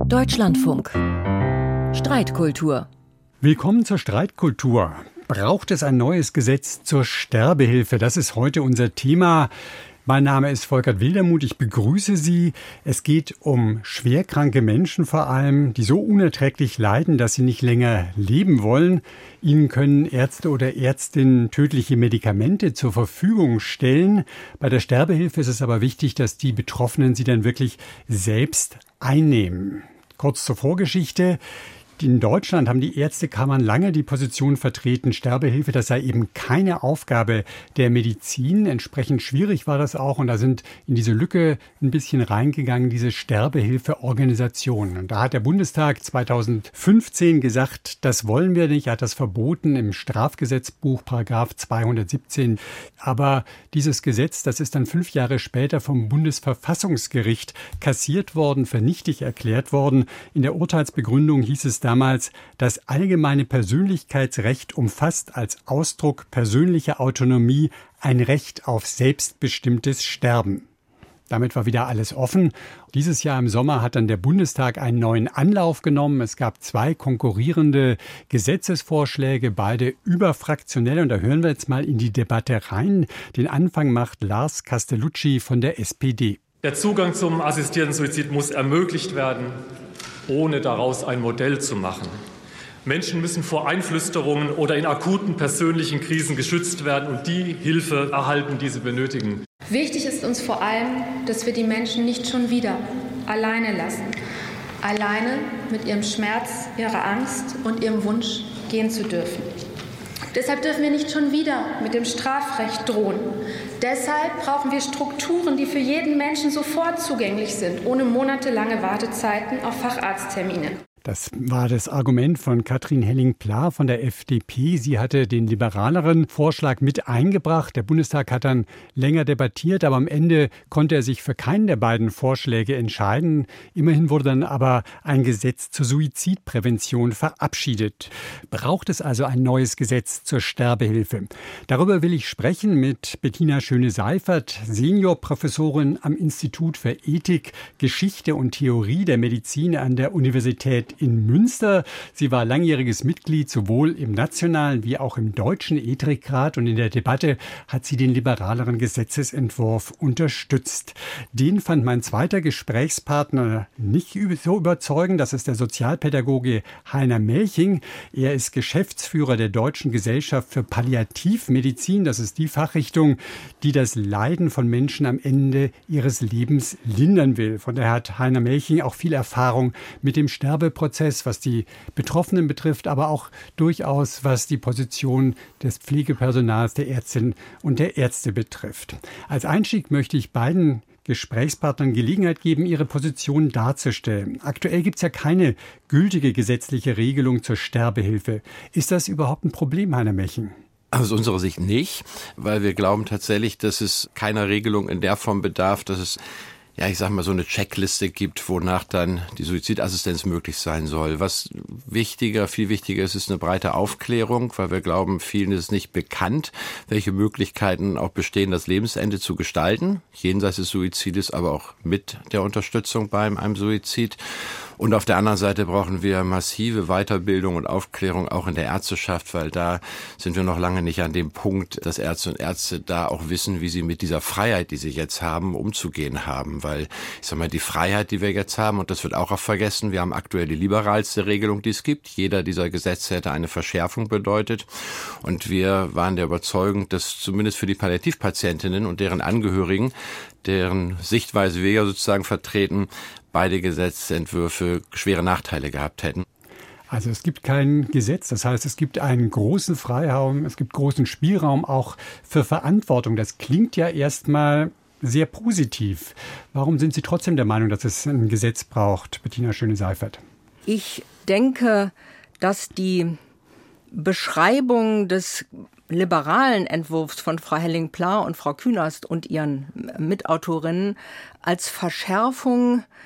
Deutschlandfunk. Streitkultur. Willkommen zur Streitkultur. Braucht es ein neues Gesetz zur Sterbehilfe? Das ist heute unser Thema. Mein Name ist Volkert Wildermuth, ich begrüße Sie. Es geht um schwerkranke Menschen vor allem, die so unerträglich leiden, dass sie nicht länger leben wollen. Ihnen können Ärzte oder Ärztinnen tödliche Medikamente zur Verfügung stellen. Bei der Sterbehilfe ist es aber wichtig, dass die Betroffenen sie dann wirklich selbst einnehmen. Kurz zur Vorgeschichte. In Deutschland haben die Ärztekammern lange die Position vertreten, Sterbehilfe, das sei eben keine Aufgabe der Medizin. Entsprechend schwierig war das auch und da sind in diese Lücke ein bisschen reingegangen, diese Sterbehilfeorganisationen. Und da hat der Bundestag 2015 gesagt, das wollen wir nicht, er hat das verboten im Strafgesetzbuch, Paragraph 217. Aber dieses Gesetz, das ist dann 5 Jahre später vom Bundesverfassungsgericht kassiert worden, für nichtig erklärt worden. In der Urteilsbegründung hieß es damals, das allgemeine Persönlichkeitsrecht umfasst als Ausdruck persönlicher Autonomie ein Recht auf selbstbestimmtes Sterben. Damit war wieder alles offen. Dieses Jahr im Sommer hat dann der Bundestag einen neuen Anlauf genommen. Es gab 2 konkurrierende Gesetzesvorschläge, beide überfraktionell. Und da hören wir jetzt mal in die Debatte rein. Den Anfang macht Lars Castellucci von der SPD. Der Zugang zum assistierten Suizid muss ermöglicht werden, ohne daraus ein Modell zu machen. Menschen müssen vor Einflüsterungen oder in akuten persönlichen Krisen geschützt werden und die Hilfe erhalten, die sie benötigen. Wichtig ist uns vor allem, dass wir die Menschen nicht schon wieder alleine lassen. Alleine mit ihrem Schmerz, ihrer Angst und ihrem Wunsch gehen zu dürfen. Deshalb dürfen wir nicht schon wieder mit dem Strafrecht drohen. Deshalb brauchen wir Strukturen, die für jeden Menschen sofort zugänglich sind, ohne monatelange Wartezeiten auf Facharzttermine. Das war das Argument von Katrin Henning-Pla von der FDP. Sie hatte den liberaleren Vorschlag mit eingebracht. Der Bundestag hat dann länger debattiert, aber am Ende konnte er sich für keinen der beiden Vorschläge entscheiden. Immerhin wurde dann aber ein Gesetz zur Suizidprävention verabschiedet. Braucht es also ein neues Gesetz zur Sterbehilfe? Darüber will ich sprechen mit Bettina Schöne-Seifert, Seniorprofessorin am Institut für Ethik, Geschichte und Theorie der Medizin an der Universität in Münster. Sie war langjähriges Mitglied sowohl im nationalen wie auch im deutschen Ethikrat und in der Debatte hat sie den liberaleren Gesetzesentwurf unterstützt. Den fand mein zweiter Gesprächspartner nicht so überzeugend. Das ist der Sozialpädagoge Heiner Melching. Er ist Geschäftsführer der Deutschen Gesellschaft für Palliativmedizin. Das ist die Fachrichtung, die das Leiden von Menschen am Ende ihres Lebens lindern will. Von daher hat Heiner Melching auch viel Erfahrung mit dem Sterbeprozess, was die Betroffenen betrifft, aber auch durchaus, was die Position des Pflegepersonals, der Ärztinnen und der Ärzte betrifft. Als Einstieg möchte ich beiden Gesprächspartnern Gelegenheit geben, ihre Position darzustellen. Aktuell gibt es ja keine gültige gesetzliche Regelung zur Sterbehilfe. Ist das überhaupt ein Problem, Heiner Melching? Aus unserer Sicht nicht, weil wir glauben tatsächlich, dass es keiner Regelung in der Form bedarf, dass es so eine Checkliste gibt, wonach dann die Suizidassistenz möglich sein soll. Was viel wichtiger ist eine breite Aufklärung, weil wir glauben, vielen ist nicht bekannt, welche Möglichkeiten auch bestehen, das Lebensende zu gestalten, jenseits des Suizides, aber auch mit der Unterstützung bei einem Suizid. Und auf der anderen Seite brauchen wir massive Weiterbildung und Aufklärung auch in der Ärzteschaft, weil da sind wir noch lange nicht an dem Punkt, dass Ärzte und Ärzte da auch wissen, wie sie mit dieser Freiheit, die sie jetzt haben, umzugehen haben. Weil, die Freiheit, die wir jetzt haben, und das wird auch oft vergessen, wir haben aktuell die liberalste Regelung, die es gibt. Jeder dieser Gesetze hätte eine Verschärfung bedeutet. Und wir waren der Überzeugung, dass zumindest für die Palliativpatientinnen und deren Angehörigen, deren Sichtweise wir ja sozusagen vertreten, beide Gesetzentwürfe schwere Nachteile gehabt hätten. Also es gibt kein Gesetz, das heißt, es gibt einen großen Freiraum, es gibt großen Spielraum auch für Verantwortung. Das klingt ja erstmal sehr positiv. Warum sind Sie trotzdem der Meinung, dass es ein Gesetz braucht, Bettina Schöne-Seifert? Ich denke, dass die Beschreibung des liberalen Entwurfs von Frau Henning-Pla und Frau Künast und ihren Mitautorinnen als Verschärfung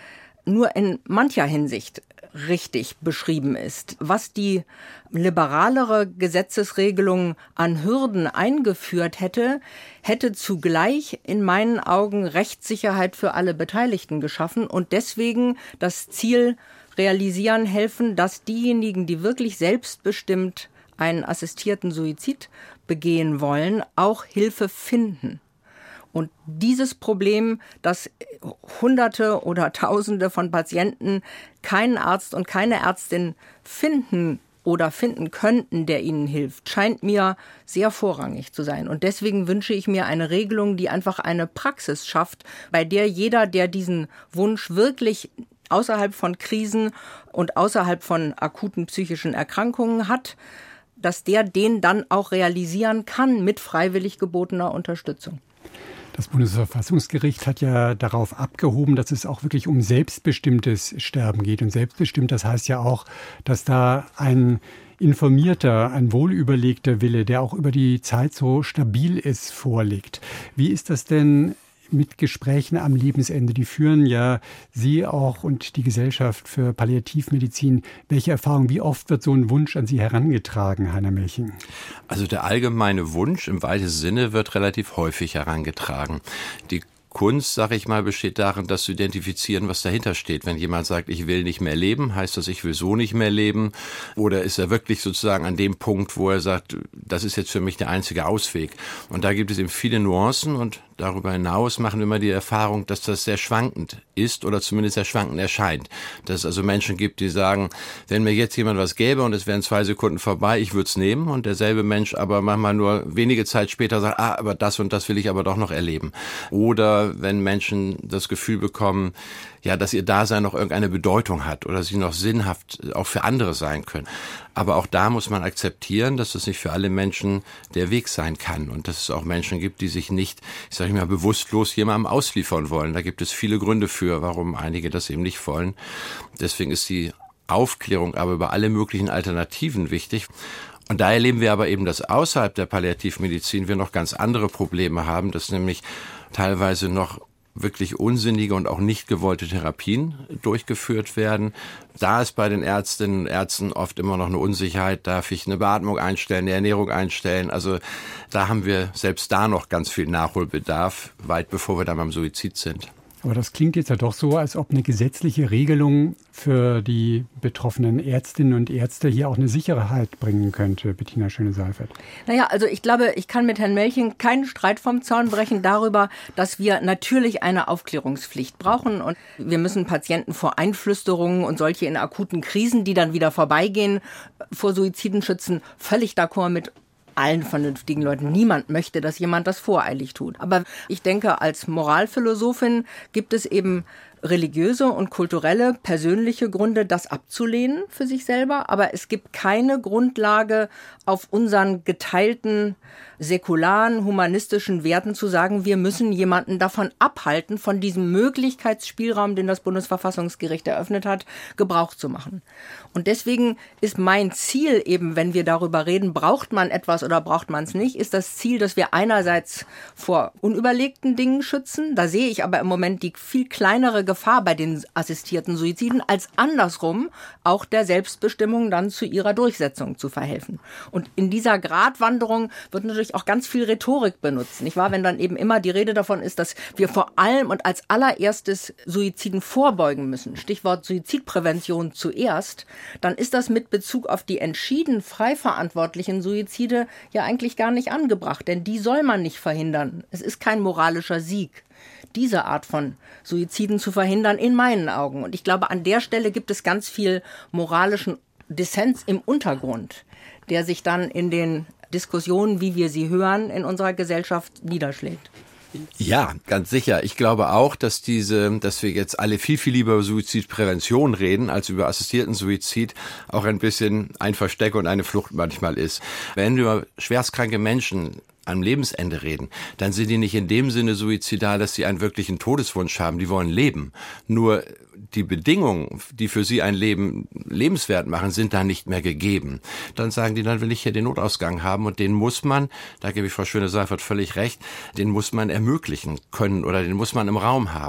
nur in mancher Hinsicht richtig beschrieben ist. Was die liberalere Gesetzesregelung an Hürden eingeführt hätte, hätte zugleich in meinen Augen Rechtssicherheit für alle Beteiligten geschaffen und deswegen das Ziel realisieren helfen, dass diejenigen, die wirklich selbstbestimmt einen assistierten Suizid begehen wollen, auch Hilfe finden. Und dieses Problem, dass Hunderte oder Tausende von Patienten keinen Arzt und keine Ärztin finden oder finden könnten, der ihnen hilft, scheint mir sehr vorrangig zu sein. Und deswegen wünsche ich mir eine Regelung, die einfach eine Praxis schafft, bei der jeder, der diesen Wunsch wirklich außerhalb von Krisen und außerhalb von akuten psychischen Erkrankungen hat, dass der den dann auch realisieren kann mit freiwillig gebotener Unterstützung. Das Bundesverfassungsgericht hat ja darauf abgehoben, dass es auch wirklich um selbstbestimmtes Sterben geht. Und selbstbestimmt, das heißt ja auch, dass da ein informierter, ein wohlüberlegter Wille, der auch über die Zeit so stabil ist, vorliegt. Wie ist das denn mit Gesprächen am Lebensende? Die führen ja Sie auch und die Gesellschaft für Palliativmedizin. Welche Erfahrung, wie oft wird so ein Wunsch an Sie herangetragen, Heiner Melching? Also der allgemeine Wunsch im weitesten Sinne wird relativ häufig herangetragen. Die Kunst, sage ich mal, besteht darin, das zu identifizieren, was dahinter steht. Wenn jemand sagt, ich will nicht mehr leben, heißt das, ich will so nicht mehr leben? Oder ist er wirklich sozusagen an dem Punkt, wo er sagt, das ist jetzt für mich der einzige Ausweg? Und da gibt es eben viele Nuancen und darüber hinaus machen wir immer die Erfahrung, dass das sehr schwankend ist oder zumindest sehr schwankend erscheint. Dass es also Menschen gibt, die sagen, wenn mir jetzt jemand was gäbe und es wären 2 Sekunden vorbei, ich würde es nehmen, und derselbe Mensch aber manchmal nur wenige Zeit später sagt, aber das und das will ich aber doch noch erleben. Oder wenn Menschen das Gefühl bekommen, ja, dass ihr Dasein noch irgendeine Bedeutung hat oder sie noch sinnhaft auch für andere sein können. Aber auch da muss man akzeptieren, dass das nicht für alle Menschen der Weg sein kann und dass es auch Menschen gibt, die sich nicht, ich sage mal, bewusstlos jemandem ausliefern wollen. Da gibt es viele Gründe für, warum einige das eben nicht wollen. Deswegen ist die Aufklärung aber über alle möglichen Alternativen wichtig. Und da erleben wir aber eben, dass außerhalb der Palliativmedizin wir noch ganz andere Probleme haben, dass nämlich teilweise noch wirklich unsinnige und auch nicht gewollte Therapien durchgeführt werden. Da ist bei den Ärztinnen und Ärzten oft immer noch eine Unsicherheit, darf ich eine Beatmung einstellen, eine Ernährung einstellen. Also da haben wir selbst da noch ganz viel Nachholbedarf, weit bevor wir dann beim Suizid sind. Aber das klingt jetzt ja doch so, als ob eine gesetzliche Regelung für die betroffenen Ärztinnen und Ärzte hier auch eine Sicherheit bringen könnte, Bettina Schöne-Seifert. Naja, also ich glaube, ich kann mit Herrn Melching keinen Streit vom Zaun brechen darüber, dass wir natürlich eine Aufklärungspflicht brauchen. Und wir müssen Patienten vor Einflüsterungen und solche in akuten Krisen, die dann wieder vorbeigehen, vor Suiziden schützen. Völlig d'accord mit allen vernünftigen Leuten. Niemand möchte, dass jemand das voreilig tut. Aber ich denke, als Moralphilosophin gibt es eben religiöse und kulturelle, persönliche Gründe, das abzulehnen für sich selber. Aber es gibt keine Grundlage, auf unseren geteilten, säkularen, humanistischen Werten zu sagen, wir müssen jemanden davon abhalten, von diesem Möglichkeitsspielraum, den das Bundesverfassungsgericht eröffnet hat, Gebrauch zu machen. Und deswegen ist mein Ziel eben, wenn wir darüber reden, braucht man etwas oder braucht man es nicht, ist das Ziel, dass wir einerseits vor unüberlegten Dingen schützen. Da sehe ich aber im Moment die viel kleinere Gefahr bei den assistierten Suiziden, als andersrum auch der Selbstbestimmung dann zu ihrer Durchsetzung zu verhelfen. Und in dieser Gratwanderung wird natürlich auch ganz viel Rhetorik benutzt, nicht wahr? Wenn dann eben immer die Rede davon ist, dass wir vor allem und als allererstes Suiziden vorbeugen müssen, Stichwort Suizidprävention zuerst, dann ist das mit Bezug auf die entschieden frei verantwortlichen Suizide ja eigentlich gar nicht angebracht, denn die soll man nicht verhindern. Es ist kein moralischer Sieg, diese Art von Suiziden zu verhindern, in meinen Augen. Und ich glaube, an der Stelle gibt es ganz viel moralischen Dissens im Untergrund, der sich dann in den Diskussionen, wie wir sie hören, in unserer Gesellschaft niederschlägt. Ja, ganz sicher. Ich glaube auch, dass wir jetzt alle viel, viel lieber über Suizidprävention reden, als über assistierten Suizid, auch ein bisschen ein Versteck und eine Flucht manchmal ist. Wenn wir über schwerstkranke Menschen am Lebensende reden, dann sind die nicht in dem Sinne suizidal, dass sie einen wirklichen Todeswunsch haben. Die wollen leben. Nur die Bedingungen, die für sie ein Leben lebenswert machen, sind da nicht mehr gegeben. Dann sagen die, dann will ich hier den Notausgang haben und den muss man, da gebe ich Frau Schöne-Seifert völlig recht, den muss man ermöglichen können oder den muss man im Raum haben.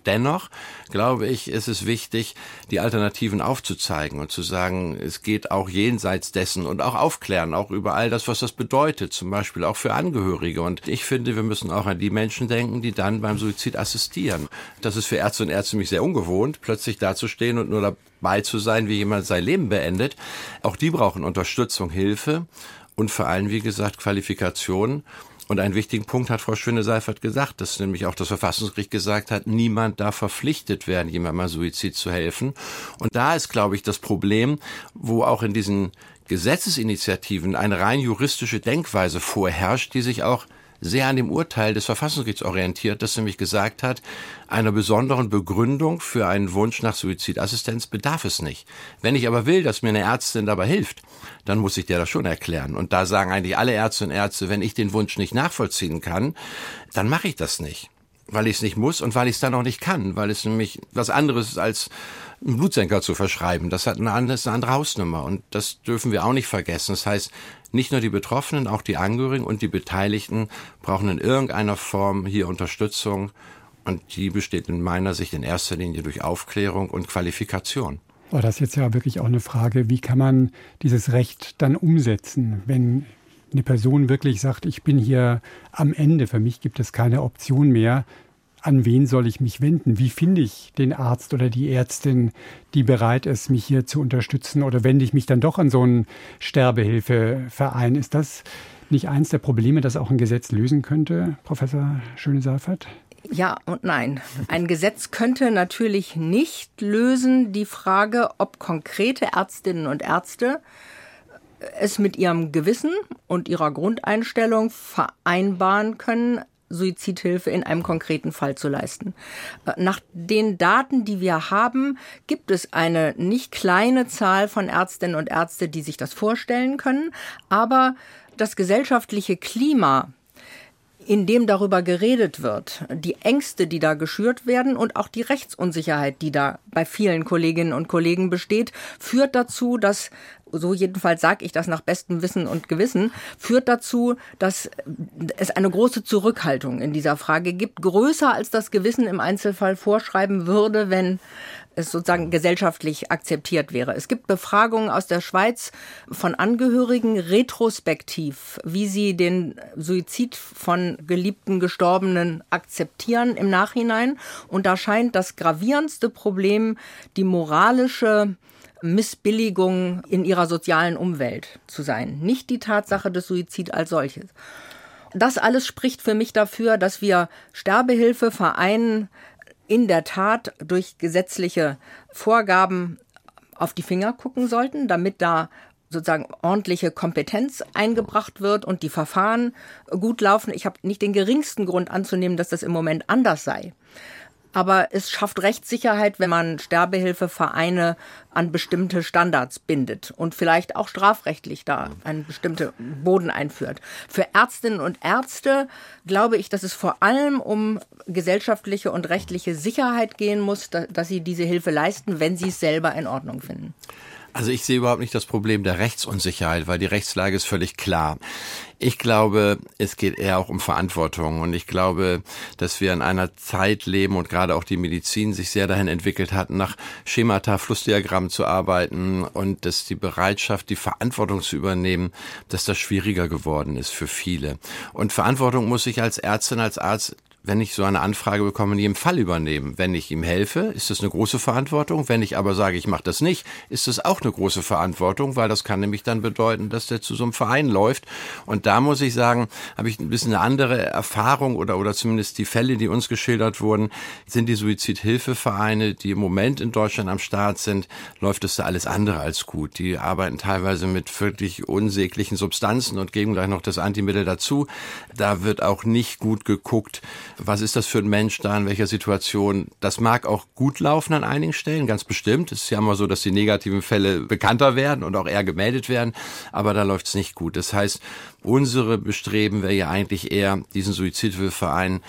Dennoch, glaube ich, ist es wichtig, die Alternativen aufzuzeigen und zu sagen, es geht auch jenseits dessen und auch aufklären, auch über all das, was das bedeutet, zum Beispiel auch für Angehörige. Und ich finde, wir müssen auch an die Menschen denken, die dann beim Suizid assistieren. Das ist für Ärzte und Ärzte nämlich sehr ungewohnt, plötzlich dazustehen und nur dabei zu sein, wie jemand sein Leben beendet. Auch die brauchen Unterstützung, Hilfe und vor allem, wie gesagt, Qualifikation. Und einen wichtigen Punkt hat Frau Schöne-Seifert gesagt, dass nämlich auch das Verfassungsgericht gesagt hat, niemand darf verpflichtet werden, jemandem beim Suizid zu helfen. Und da ist, glaube ich, das Problem, wo auch in diesen Gesetzesinitiativen eine rein juristische Denkweise vorherrscht, die sich auch sehr an dem Urteil des Verfassungsgerichts orientiert, das nämlich gesagt hat, einer besonderen Begründung für einen Wunsch nach Suizidassistenz bedarf es nicht. Wenn ich aber will, dass mir eine Ärztin dabei hilft, dann muss ich der das schon erklären. Und da sagen eigentlich alle Ärzte und Ärzte, wenn ich den Wunsch nicht nachvollziehen kann, dann mache ich das nicht. Weil ich es nicht muss und weil ich es dann auch nicht kann, weil es nämlich was anderes ist als einen Blutsenker zu verschreiben. Das hat eine andere Hausnummer und das dürfen wir auch nicht vergessen. Das heißt, nicht nur die Betroffenen, auch die Angehörigen und die Beteiligten brauchen in irgendeiner Form hier Unterstützung und die besteht in meiner Sicht in erster Linie durch Aufklärung und Qualifikation. Aber das ist jetzt ja wirklich auch eine Frage, wie kann man dieses Recht dann umsetzen, wenn eine Person wirklich sagt, ich bin hier am Ende, für mich gibt es keine Option mehr. An wen soll ich mich wenden? Wie finde ich den Arzt oder die Ärztin, die bereit ist, mich hier zu unterstützen? Oder wende ich mich dann doch an so einen Sterbehilfeverein? Ist das nicht eins der Probleme, das auch ein Gesetz lösen könnte, Professor Schöne-Seifert? Ja und nein. Ein Gesetz könnte natürlich nicht lösen die Frage, ob konkrete Ärztinnen und Ärzte es mit ihrem Gewissen und ihrer Grundeinstellung vereinbaren können, Suizidhilfe in einem konkreten Fall zu leisten. Nach den Daten, die wir haben, gibt es eine nicht kleine Zahl von Ärztinnen und Ärzten, die sich das vorstellen können. Aber das gesellschaftliche Klima, in dem darüber geredet wird, die Ängste, die da geschürt werden und auch die Rechtsunsicherheit, die da bei vielen Kolleginnen und Kollegen besteht, führt dazu, dass, so jedenfalls sage ich das nach bestem Wissen und Gewissen, führt dazu, dass es eine große Zurückhaltung in dieser Frage gibt, größer als das Gewissen im Einzelfall vorschreiben würde, wenn es sozusagen gesellschaftlich akzeptiert wäre. Es gibt Befragungen aus der Schweiz von Angehörigen retrospektiv, wie sie den Suizid von geliebten Gestorbenen akzeptieren im Nachhinein. Und da scheint das gravierendste Problem die moralische Missbilligung in ihrer sozialen Umwelt zu sein. Nicht die Tatsache des Suizids als solches. Das alles spricht für mich dafür, dass wir Sterbehilfevereinen in der Tat durch gesetzliche Vorgaben auf die Finger gucken sollten, damit da sozusagen ordentliche Kompetenz eingebracht wird und die Verfahren gut laufen. Ich habe nicht den geringsten Grund anzunehmen, dass das im Moment anders sei. Aber es schafft Rechtssicherheit, wenn man Sterbehilfevereine an bestimmte Standards bindet und vielleicht auch strafrechtlich da einen bestimmten Boden einführt. Für Ärztinnen und Ärzte glaube ich, dass es vor allem um gesellschaftliche und rechtliche Sicherheit gehen muss, dass sie diese Hilfe leisten, wenn sie es selber in Ordnung finden. Also ich sehe überhaupt nicht das Problem der Rechtsunsicherheit, weil die Rechtslage ist völlig klar. Ich glaube, es geht eher auch um Verantwortung und ich glaube, dass wir in einer Zeit leben und gerade auch die Medizin sich sehr dahin entwickelt hat, nach Schemata, Flussdiagrammen zu arbeiten und dass die Bereitschaft, die Verantwortung zu übernehmen, dass das schwieriger geworden ist für viele. Und Verantwortung muss ich als Ärztin, als Arzt, wenn ich so eine Anfrage bekomme, in jedem Fall übernehmen. Wenn ich ihm helfe, ist das eine große Verantwortung. Wenn ich aber sage, ich mache das nicht, ist das auch eine große Verantwortung, weil das kann nämlich dann bedeuten, dass der zu so einem Verein läuft. Und da muss ich sagen, habe ich ein bisschen eine andere Erfahrung oder zumindest die Fälle, die uns geschildert wurden, sind die Suizidhilfevereine, die im Moment in Deutschland am Start sind, läuft es da alles andere als gut. Die arbeiten teilweise mit wirklich unsäglichen Substanzen und geben gleich noch das Antimittel dazu. Da wird auch nicht gut geguckt, was ist das für ein Mensch da, in welcher Situation. Das mag auch gut laufen an einigen Stellen, ganz bestimmt. Es ist ja immer so, dass die negativen Fälle bekannter werden und auch eher gemeldet werden, aber da läuft es nicht gut. Das heißt, unsere Bestreben wäre ja eigentlich eher, diesen Suizidhilfeverein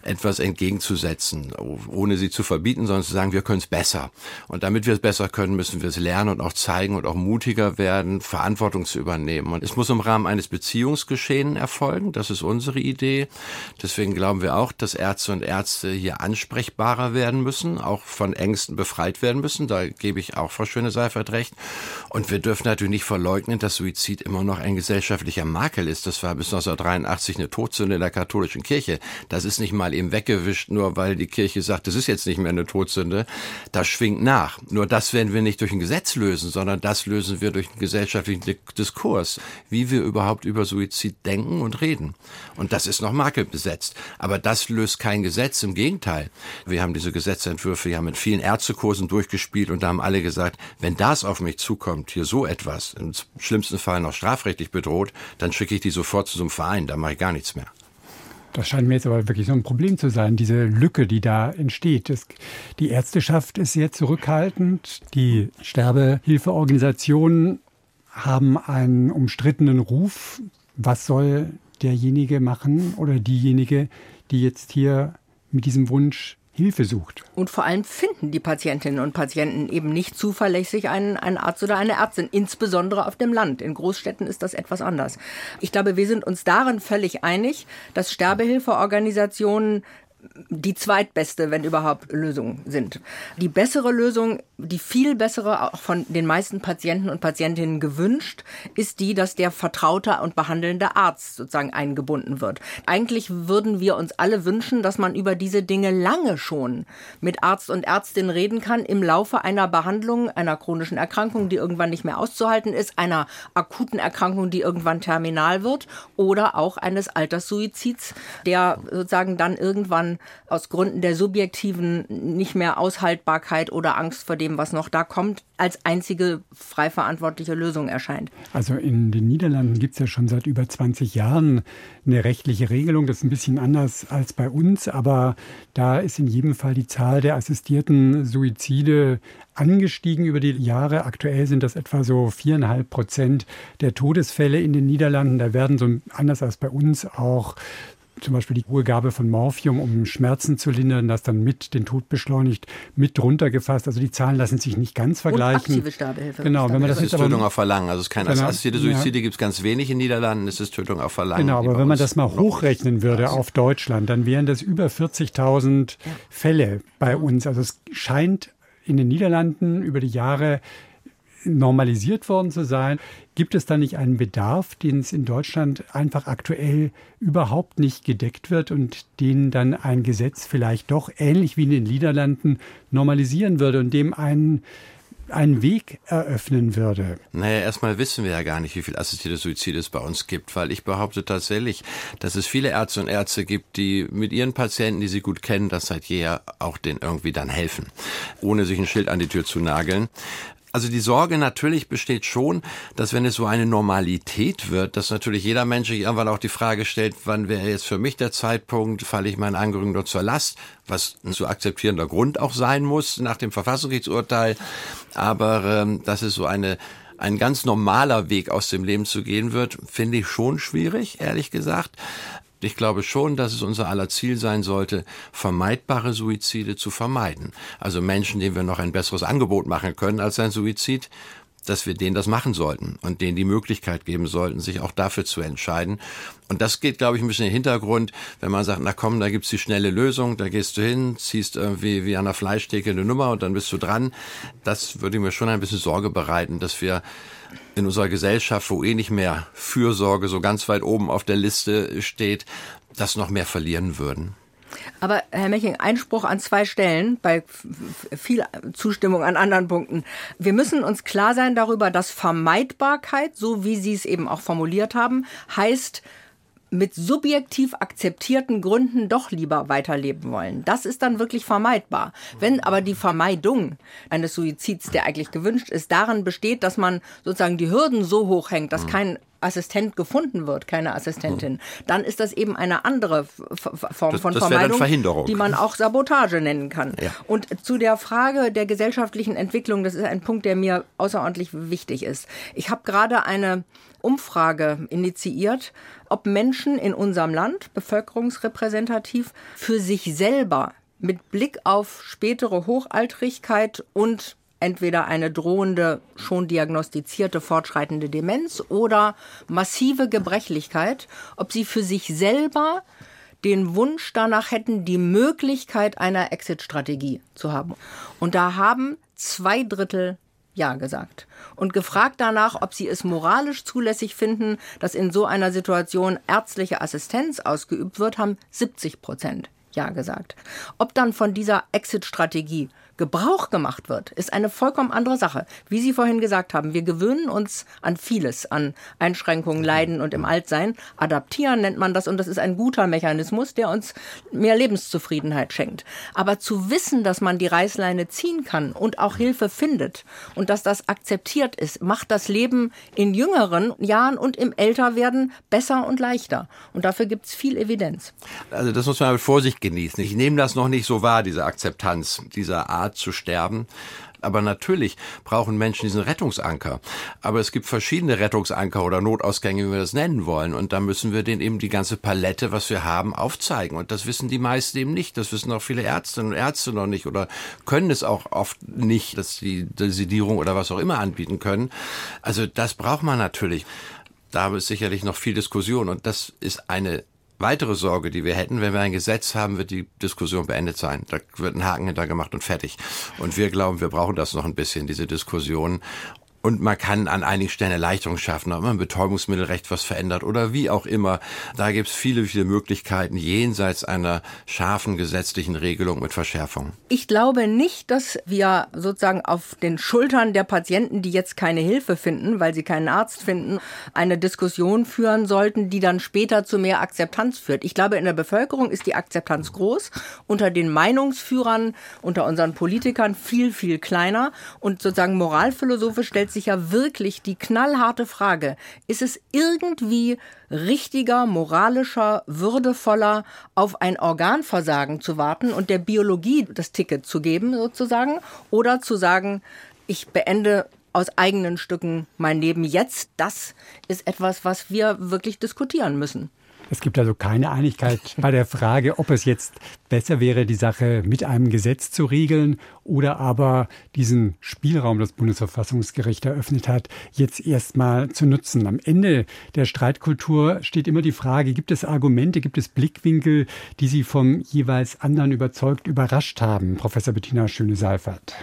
etwas entgegenzusetzen, ohne sie zu verbieten, sondern zu sagen, wir können es besser. Und damit wir es besser können, müssen wir es lernen und auch zeigen und auch mutiger werden, Verantwortung zu übernehmen. Und es muss im Rahmen eines Beziehungsgeschehens erfolgen. Das ist unsere Idee. Deswegen glauben wir auch, dass Ärzte und Ärzte hier ansprechbarer werden müssen, auch von Ängsten befreit werden müssen. Da gebe ich auch Frau Schöne-Seifert recht. Und wir dürfen natürlich nicht verleugnen, dass Suizid immer noch ein gesellschaftlicher Makel ist. Das war bis 1983 eine Todsünde in der katholischen Kirche. Das ist nicht mal eben weggewischt, nur weil die Kirche sagt, das ist jetzt nicht mehr eine Todsünde. Das schwingt nach. Nur das werden wir nicht durch ein Gesetz lösen, sondern das lösen wir durch einen gesellschaftlichen Diskurs, wie wir überhaupt über Suizid denken und reden. Und das ist noch makelbesetzt. Aber das löst kein Gesetz, im Gegenteil. Wir haben diese Gesetzentwürfe ja mit vielen Ärztekursen durchgespielt und da haben alle gesagt, wenn das auf mich zukommt, hier so etwas, im schlimmsten Fall noch strafrechtlich bedroht, dann schicke ich die sofort zu so einem Verein, da mache ich gar nichts mehr. Das scheint mir jetzt aber wirklich so ein Problem zu sein, diese Lücke, die da entsteht. Die Ärzteschaft ist sehr zurückhaltend. Die Sterbehilfeorganisationen haben einen umstrittenen Ruf. Was soll derjenige machen oder diejenige, die jetzt hier mit diesem Wunsch Hilfe sucht? Und vor allem finden die Patientinnen und Patienten eben nicht zuverlässig einen Arzt oder eine Ärztin, insbesondere auf dem Land. In Großstädten ist das etwas anders. Ich glaube, wir sind uns darin völlig einig, dass Sterbehilfeorganisationen die zweitbeste, wenn überhaupt, Lösung sind. Die bessere Lösung, die viel bessere, auch von den meisten Patienten und Patientinnen gewünscht, ist die, dass der vertraute und behandelnde Arzt sozusagen eingebunden wird. Eigentlich würden wir uns alle wünschen, dass man über diese Dinge lange schon mit Arzt und Ärztin reden kann, im Laufe einer Behandlung, einer chronischen Erkrankung, die irgendwann nicht mehr auszuhalten ist, einer akuten Erkrankung, die irgendwann terminal wird, oder auch eines Alterssuizids, der sozusagen dann irgendwann aus Gründen der subjektiven nicht mehr Aushaltbarkeit oder Angst vor dem, was noch da kommt, als einzige frei verantwortliche Lösung erscheint. Also in den Niederlanden gibt es ja schon seit über 20 Jahren eine rechtliche Regelung. Das ist ein bisschen anders als bei uns, aber da ist in jedem Fall die Zahl der assistierten Suizide angestiegen über die Jahre. Aktuell sind das etwa so 4,5% der Todesfälle in den Niederlanden. Da werden so anders als bei uns auch zum Beispiel die hohe Gabe von Morphium, um Schmerzen zu lindern, das dann mit den Tod beschleunigt, mit drunter gefasst. Also die Zahlen lassen sich nicht ganz vergleichen. Und aktive Sterbehilfe. Genau, wenn man das ist Tötung auf Verlangen. Also es ist keine assistierte Suizide, gibt es ganz wenig in den Niederlanden. Es ist Tötung auf Verlangen. Genau, aber wenn man das mal hochrechnen würde auf Deutschland, dann wären das über 40.000 Fälle bei uns. Also es scheint in den Niederlanden über die Jahre normalisiert worden zu sein. Gibt es da nicht einen Bedarf, den es in Deutschland einfach aktuell überhaupt nicht gedeckt wird und den dann ein Gesetz vielleicht doch ähnlich wie in den Niederlanden normalisieren würde und dem einen Weg eröffnen würde? Naja, erstmal wissen wir ja gar nicht, wie viel assistierte Suizide es bei uns gibt, weil ich behaupte tatsächlich, dass es viele Ärzte und Ärzte gibt, die mit ihren Patienten, die sie gut kennen, das seit jeher auch denen irgendwie dann helfen, ohne sich ein Schild an die Tür zu nageln. Also die Sorge natürlich besteht schon, dass wenn es so eine Normalität wird, dass natürlich jeder Mensch sich irgendwann auch die Frage stellt, wann wäre jetzt für mich der Zeitpunkt, falle ich meinen Angehörigen nur zur Last, was ein zu akzeptierender Grund auch sein muss nach dem Verfassungsgerichtsurteil. Aber dass es so ein ganz normaler Weg aus dem Leben zu gehen wird, finde ich schon schwierig, ehrlich gesagt. Ich glaube schon, dass es unser aller Ziel sein sollte, vermeidbare Suizide zu vermeiden. Also Menschen, denen wir noch ein besseres Angebot machen können als ein Suizid, dass wir denen das machen sollten und denen die Möglichkeit geben sollten, sich auch dafür zu entscheiden. Und das geht, glaube ich, ein bisschen in den Hintergrund, wenn man sagt, na komm, da gibt's die schnelle Lösung, da gehst du hin, ziehst irgendwie wie an der Fleischtheke eine Nummer und dann bist du dran. Das würde mir schon ein bisschen Sorge bereiten, dass wir in unserer Gesellschaft, wo nicht mehr Fürsorge so ganz weit oben auf der Liste steht, das noch mehr verlieren würden. Aber Herr Meching, Einspruch an 2 Stellen, bei viel Zustimmung an anderen Punkten. Wir müssen uns klar sein darüber, dass Vermeidbarkeit, so wie Sie es eben auch formuliert haben, heißt, mit subjektiv akzeptierten Gründen doch lieber weiterleben wollen. Das ist dann wirklich vermeidbar. Wenn aber die Vermeidung eines Suizids, der eigentlich gewünscht ist, darin besteht, dass man sozusagen die Hürden so hoch hängt, dass kein Assistent gefunden wird, keine Assistentin, dann ist das eben eine andere Form von Vermeidung, die man auch Sabotage nennen kann. Ja. Und zu der Frage der gesellschaftlichen Entwicklung, das ist ein Punkt, der mir außerordentlich wichtig ist. Ich habe gerade eine Umfrage initiiert, ob Menschen in unserem Land, bevölkerungsrepräsentativ, für sich selber mit Blick auf spätere Hochaltrigkeit und entweder eine drohende, schon diagnostizierte fortschreitende Demenz oder massive Gebrechlichkeit, ob sie für sich selber den Wunsch danach hätten, die Möglichkeit einer Exit-Strategie zu haben. Und da haben 2/3 Ja gesagt. Und gefragt danach, ob sie es moralisch zulässig finden, dass in so einer Situation ärztliche Assistenz ausgeübt wird, haben 70% Ja gesagt. Ob dann von dieser Exit-Strategie Gebrauch gemacht wird, ist eine vollkommen andere Sache. Wie Sie vorhin gesagt haben, wir gewöhnen uns an vieles, an Einschränkungen, Leiden und im Altsein. Adaptieren nennt man das und das ist ein guter Mechanismus, der uns mehr Lebenszufriedenheit schenkt. Aber zu wissen, dass man die Reißleine ziehen kann und auch Hilfe findet und dass das akzeptiert ist, macht das Leben in jüngeren Jahren und im Älterwerden besser und leichter. Und dafür gibt es viel Evidenz. Also das muss man mit Vorsicht genießen. Ich nehme das noch nicht so wahr, diese Akzeptanz dieser Art zu sterben. Aber natürlich brauchen Menschen diesen Rettungsanker. Aber es gibt verschiedene Rettungsanker oder Notausgänge, wie wir das nennen wollen. Und da müssen wir denen eben die ganze Palette, was wir haben, aufzeigen. Und das wissen die meisten eben nicht. Das wissen auch viele Ärztinnen und Ärzte noch nicht oder können es auch oft nicht, dass sie die Sedierung oder was auch immer anbieten können. Also das braucht man natürlich. Da ist sicherlich noch viel Diskussion. Und das ist eine weitere Sorge, die wir hätten, wenn wir ein Gesetz haben, wird die Diskussion beendet sein. Da wird ein Haken hintergemacht und fertig. Und wir glauben, wir brauchen das noch ein bisschen, diese Diskussion. Und man kann an einigen Stellen Erleichterung schaffen, ob man im Betäubungsmittelrecht was verändert oder wie auch immer. Da gibt es viele, viele Möglichkeiten jenseits einer scharfen gesetzlichen Regelung mit Verschärfung. Ich glaube nicht, dass wir sozusagen auf den Schultern der Patienten, die jetzt keine Hilfe finden, weil sie keinen Arzt finden, eine Diskussion führen sollten, die dann später zu mehr Akzeptanz führt. Ich glaube, in der Bevölkerung ist die Akzeptanz groß, unter den Meinungsführern, unter unseren Politikern viel, viel kleiner. Und sozusagen moralphilosophisch stellt sich ja wirklich die knallharte Frage, ist es irgendwie richtiger, moralischer, würdevoller, auf ein Organversagen zu warten und der Biologie das Ticket zu geben sozusagen oder zu sagen, ich beende aus eigenen Stücken mein Leben jetzt? Das ist etwas, was wir wirklich diskutieren müssen. Es gibt also keine Einigkeit bei der Frage, ob es jetzt besser wäre, die Sache mit einem Gesetz zu regeln oder aber diesen Spielraum, das Bundesverfassungsgericht eröffnet hat, jetzt erstmal zu nutzen. Am Ende der Streitkultur steht immer die Frage, gibt es Argumente, gibt es Blickwinkel, die Sie vom jeweils anderen überrascht haben? Professor Bettina Schöne-Seifert.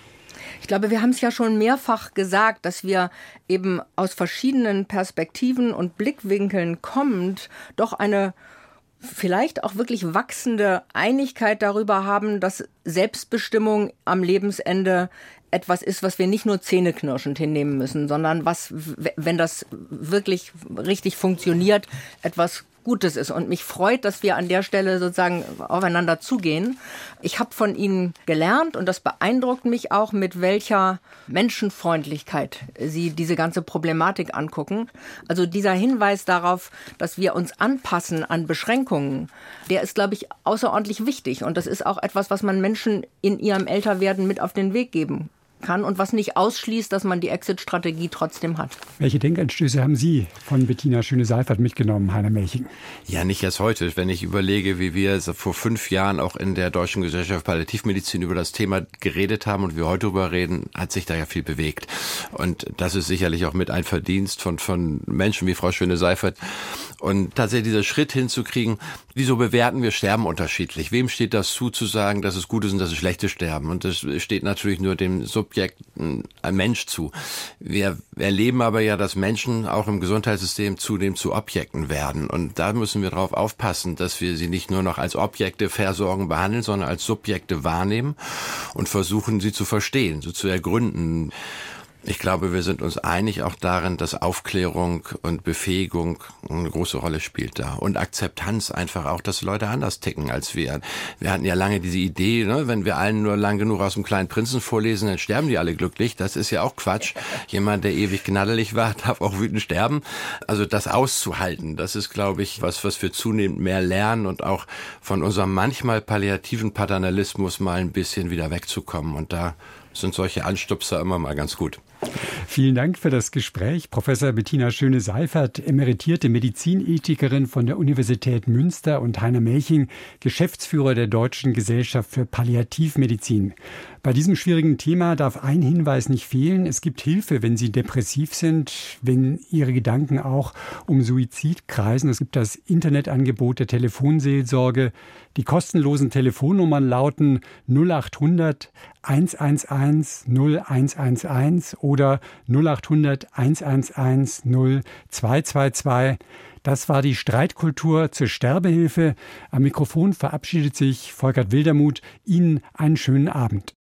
Ich glaube, wir haben es ja schon mehrfach gesagt, dass wir eben aus verschiedenen Perspektiven und Blickwinkeln kommend doch eine vielleicht auch wirklich wachsende Einigkeit darüber haben, dass Selbstbestimmung am Lebensende etwas ist, was wir nicht nur zähneknirschend hinnehmen müssen, sondern was, wenn das wirklich richtig funktioniert, etwas Gutes ist. Und mich freut, dass wir an der Stelle sozusagen aufeinander zugehen. Ich habe von Ihnen gelernt und das beeindruckt mich auch, mit welcher Menschenfreundlichkeit Sie diese ganze Problematik angucken. Also dieser Hinweis darauf, dass wir uns anpassen an Beschränkungen, der ist, glaube ich, außerordentlich wichtig. Und das ist auch etwas, was man Menschen in ihrem Älterwerden mit auf den Weg geben kann und was nicht ausschließt, dass man die Exit-Strategie trotzdem hat. Welche Denkanstöße haben Sie von Bettina Schöne-Seifert mitgenommen, Heiner Melching? Ja, nicht erst heute. Wenn ich überlege, wie wir vor 5 Jahren auch in der Deutschen Gesellschaft für Palliativmedizin über das Thema geredet haben und wir heute darüber reden, hat sich da ja viel bewegt. Und das ist sicherlich auch mit ein Verdienst von Menschen wie Frau Schöne-Seifert. Und tatsächlich dieser Schritt hinzukriegen, wieso bewerten wir Sterben unterschiedlich? Wem steht das zu sagen, dass es gutes und dass es schlechtes Sterben? Und das steht natürlich nur dem Subjekt, ein Mensch zu. Wir erleben aber ja, dass Menschen auch im Gesundheitssystem zudem zu Objekten werden. Und da müssen wir darauf aufpassen, dass wir sie nicht nur noch als Objekte versorgen, behandeln, sondern als Subjekte wahrnehmen und versuchen, sie zu verstehen, so zu ergründen. Ich glaube, wir sind uns einig auch darin, dass Aufklärung und Befähigung eine große Rolle spielt da. Und Akzeptanz einfach auch, dass Leute anders ticken als wir. Wir hatten ja lange diese Idee, ne, wenn wir allen nur lang genug aus dem Kleinen Prinzen vorlesen, dann sterben die alle glücklich. Das ist ja auch Quatsch. Jemand, der ewig gnaddelig war, darf auch wütend sterben. Also das auszuhalten, das ist, glaube ich, was wir zunehmend mehr lernen und auch von unserem manchmal palliativen Paternalismus mal ein bisschen wieder wegzukommen. Und da sind solche Anstupser immer mal ganz gut. Vielen Dank für das Gespräch. Professor Bettina Schöne-Seifert, emeritierte Medizinethikerin von der Universität Münster, und Heiner Melching, Geschäftsführer der Deutschen Gesellschaft für Palliativmedizin. Bei diesem schwierigen Thema darf ein Hinweis nicht fehlen. Es gibt Hilfe, wenn Sie depressiv sind, wenn Ihre Gedanken auch um Suizid kreisen. Es gibt das Internetangebot der Telefonseelsorge. Die kostenlosen Telefonnummern lauten 0800 111 0111 oder 0800 111 0222. Das war die Streitkultur zur Sterbehilfe. Am Mikrofon verabschiedet sich Volkert Wildermuth. Ihnen einen schönen Abend.